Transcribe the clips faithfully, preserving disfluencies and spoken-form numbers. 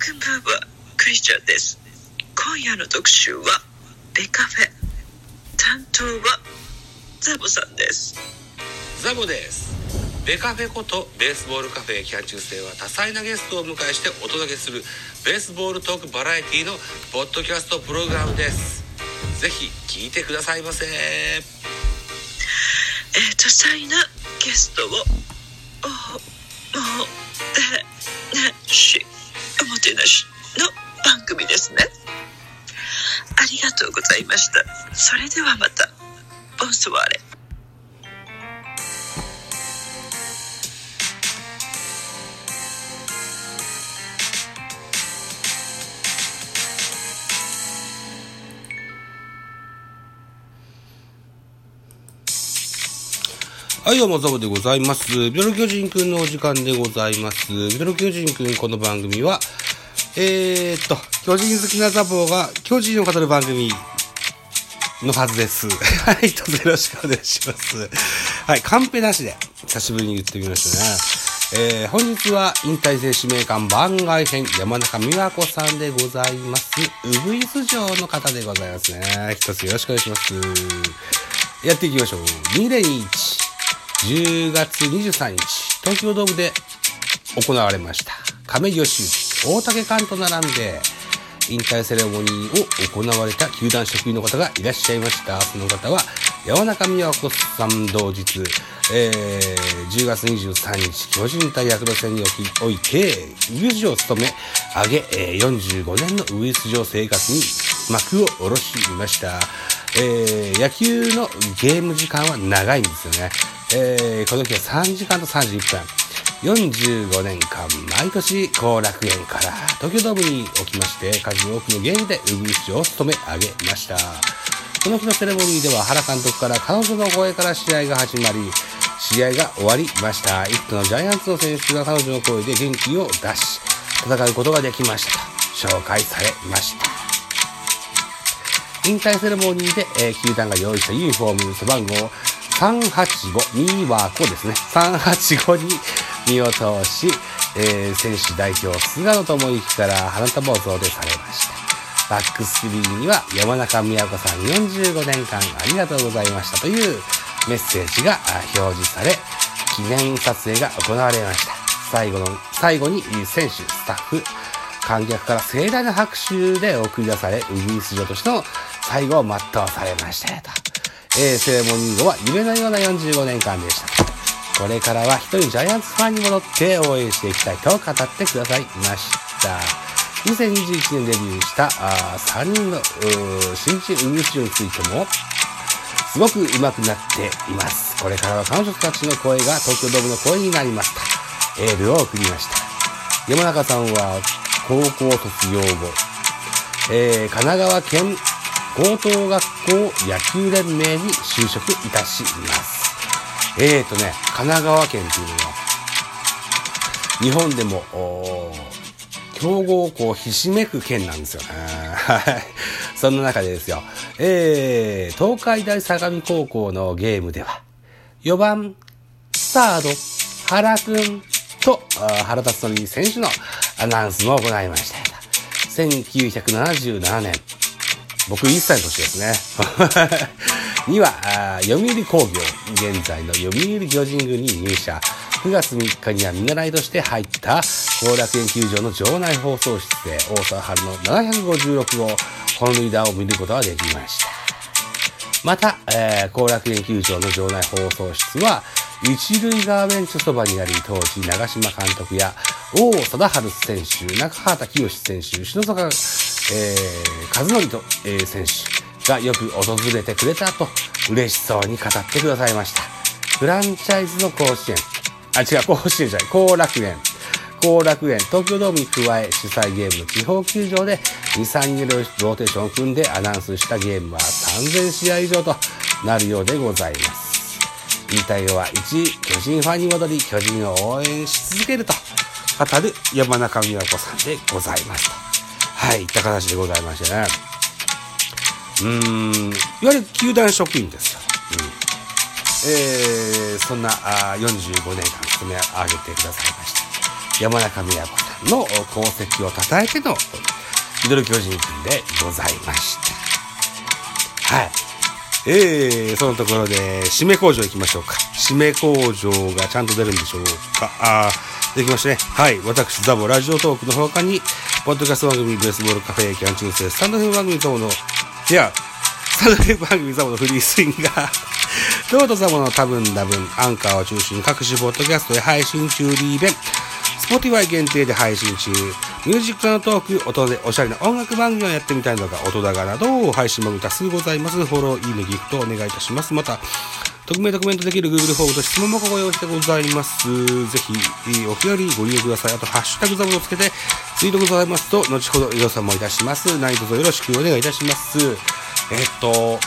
こんばんは、クリスチャンです。今夜の特集はベカフェ、担当はザボさんです。 ザボです。ベカフェことベースボールカフェ期間中制は多彩なゲストを迎えしてお届けするベースボールトークバラエティのポッドキャストプログラムです。ぜひ聞いてくださいませ。えー、多彩なゲストをおもてなしおもてなしの番組ですね。ありがとうございました。それではまた。ボンソワーレ。 はい、どうもザボでございます。ミドル巨人くんのお時間でございます。ミドル巨人くん、この番組はえーっと巨人好きなザボが巨人を語る番組のはずです。はい、どうぞよろしくお願いします。はい、カンペなしで久しぶりに言ってみましたね。えー、本日は引退生使命感番外編、山中美和子さんでございます。ウグイス嬢の方でございますね。一つよろしくお願いします。やっていきましょう。にせんにじゅうがつにじゅうさんにち、東京ドームで行われました亀井義行、大竹寛と並んで引退セレモニーを行われた球団職員の方がいらっしゃいました。その方は山中美和子さん同日、えー、じゅうがつにじゅうさんにち巨人対ヤクルト戦においてウグイス嬢を務め上げ、えー、よんじゅうごねんのウグイス嬢生活に幕を下ろしました。えー、野球のゲーム時間は長いんですよね。えー、この日はさんじかんとさんじゅういっぷん、よんじゅうごねんかん毎年後楽園から東京ドームにおきまして数多くのゲームでウグイス嬢を務め上げました。この日のセレモニーでは原監督から彼女の声から試合が始まり試合が終わりました。一区のジャイアンツの選手が彼女の声で元気を出し戦うことができましたと紹介されました。引退セレモニーで、えー、球団が用意したユニフォーム背番号さんはちご、美和子ですね。さんはちごに身を通し、えー、選手代表、菅野智之から花束を贈呈されました。バックスクリーンには山中美和子さんよんじゅうごねんかんありがとうございましたというメッセージが表示され、記念撮影が行われました。最後の、最後に選手、スタッフ、観客から盛大な拍手で送り出され、ウグイス嬢としての最後を全うされましたと。えー、セレモニー後は夢のようなよんじゅうごねんかんでした。これからは一人ジャイアンツファンに戻って応援していきたいと語ってくださいました。にせんにじゅういちねんデビューしたあさんにんの新人ウグイス嬢についてもすごく上手くなっています。これからは彼女たちの声が東京ドームの声になりますとエールを送りました。山中さんは高校卒業後、えー、神奈川県高等学校野球連盟に就職いたします。えーとね、神奈川県っていうのは日本でも強豪校ひしめく県なんですよね。はい。そんな中でですよ、えー、東海大相模高校のゲームではよばんサード原くんと原辰徳選手のアナウンスも行いました。せんきゅうひゃくななじゅうななねん、僕いっさいの年ですねには読売工業、現在の読売巨人軍に入社、くがつみっかには見習いとして入った後楽園球場の場内放送室で大沢春のななひゃくごじゅうろくごう本塁打を見ることができました。また、えー、後楽園球場の場内放送室は一塁側ベンチそばにあり、当時長嶋監督や王貞治選手、中畑清選手、篠坂、えー、和則と、えー、選手がよく訪れてくれたと嬉しそうに語ってくださいました。フランチャイズの甲子園、あ、違う、甲子園じゃない、後楽園、後楽園、東京ドームに加え主催ゲームの地方球場でに、さんにんでローテーションを組んでアナウンスしたゲームはさんぜんしあい以上となるようでございます。引退後は一巨人ファンに戻り巨人を応援し続けると語る山中美和子さんでございますと。はい、いった形でございましてね。うーん、いわゆる球団職員ですよ。うん、えー、そんなあよんじゅうごねんかん務め上げてくださいました山中美和子さん。 の功績を称えてのミドル巨人くんでございました。はい。えー、そのところで、締め工場行きましょうか。締め工場がちゃんと出るんでしょうか。あー、できましたね。はい。私、ザボラジオトークの他に、ポッドキャスト番組、ベースボールカフェ、キャン中世、スタンドフェム番組ザボの、いや、スタンドフェム番組ザボのフリースインガー、ロードザボの多分多分、アンカーを中心に各種ポッドキャストで配信中、リーベン、Spotify 限定で配信中、ミュージックのトーク、音でおしゃれな音楽番組をやってみたいのが、音高など配信番組多数ございます。フォロー、いいね、ギフトお願いいたします。また、匿名でコメントできる Google フォームと質問もご用意してございます。ぜひ、お気軽にご利用ください。あと、ハッシュタグザボをつけて、ツイートございますと、後ほど予算もいたします。何卒よろしくお願いいたします。えっと、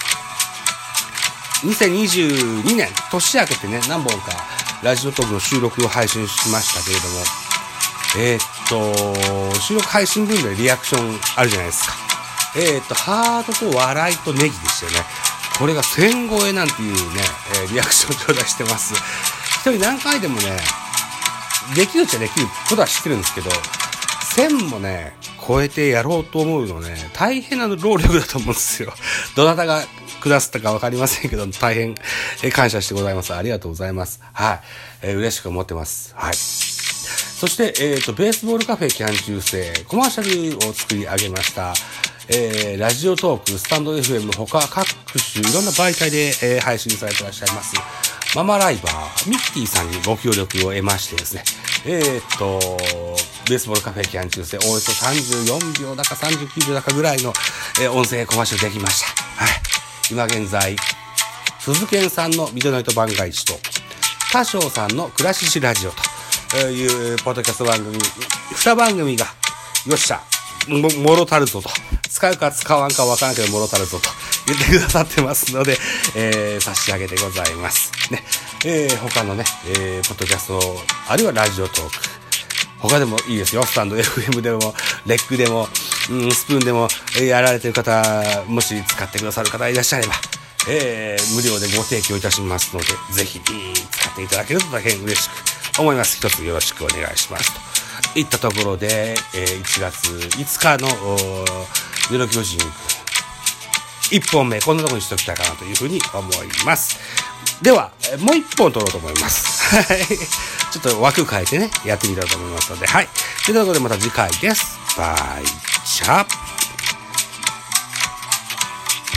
にせんにじゅうにねん、年明けてね、何本か、ラジオトークの収録を配信しましたけれども、えー、っと、収録配信分でリアクションあるじゃないですか。えー、っと、ハートと笑いとネギでしたよね。これがせん超えなんていうね、えー、リアクション頂戴してます。一人何回でもね、できるっちゃできることは知ってるんですけど、せんもね、超えてやろうと思うのね、大変な労力だと思うんですよ。どなたがくださったかわかりませんけど、大変、えー、感謝してございます。ありがとうございます。はい。えー、嬉しく思ってます。はい。そして、えっと、ベースボールカフェキャン中世、コマーシャルを作り上げました。えー、ラジオトーク、スタンド エフエム 他各種いろんな媒体で、えー、配信されていらっしゃいます。ママライバー、ミッキーさんにご協力を得ましてですね、えっと、ベースボールカフェキャン中世、およそさんじゅうよんびょうだかさんじゅうきゅうびょうだかぐらいの、えー、音声コマーシャルできました。はい。今現在、鈴賢さんのミドナイト番外地と、多少さんの暮らししラジオというポッドキャスト番組、に番組が、よっしゃ、も、もろたるぞと。使うか使わんかわからんけどもろたるぞと言ってくださってますので、えー、差し上げてございます。ね。えー、他のね、えー、ポッドキャスト、あるいはラジオトーク。他でもいいですよ。スタンド エフエム でも、レックでも、うん、スプーンでも、えー、やられてる方、もし使ってくださる方いらっしゃれば、えー、無料でご提供いたしますので、ぜひ、使っていただけると大変嬉しく思います。一つよろしくお願いします。といったところで、えー、いちがついつかのミドル巨人いっぽんめ、こんなところにしときたいかなというふうに思います。では、もういっぽん撮ろうと思います。はい。ちょっと枠変えてね、やってみたいと思いますので、はい。というところでまた次回です。バイチャー。